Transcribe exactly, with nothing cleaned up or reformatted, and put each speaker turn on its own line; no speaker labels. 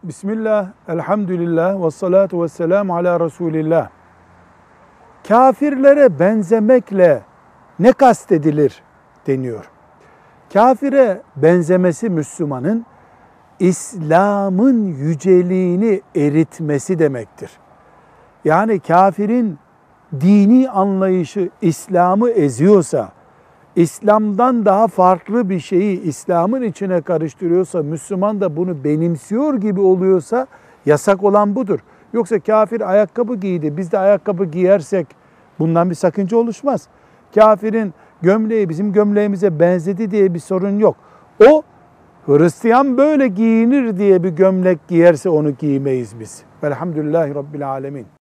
Bismillah, elhamdülillah, ve salatu ve selamu ala Resulillah. Kafirlere benzemekle ne kastedilir deniyor. Kafire benzemesi Müslümanın İslam'ın yüceliğini eritmesi demektir. Yani kafirin dini anlayışı İslam'ı eziyorsa, İslam'dan daha farklı bir şeyi İslam'ın içine karıştırıyorsa, Müslüman da bunu benimsiyor gibi oluyorsa yasak olan budur. Yoksa kafir ayakkabı giydi, biz de ayakkabı giyersek bundan bir sakınca oluşmaz. Kafirin gömleği bizim gömleğimize benzedi diye bir sorun yok. O Hristiyan böyle giyinir diye bir gömlek giyerse onu giymeyiz biz. Velhamdülillahi Rabbil Alemin.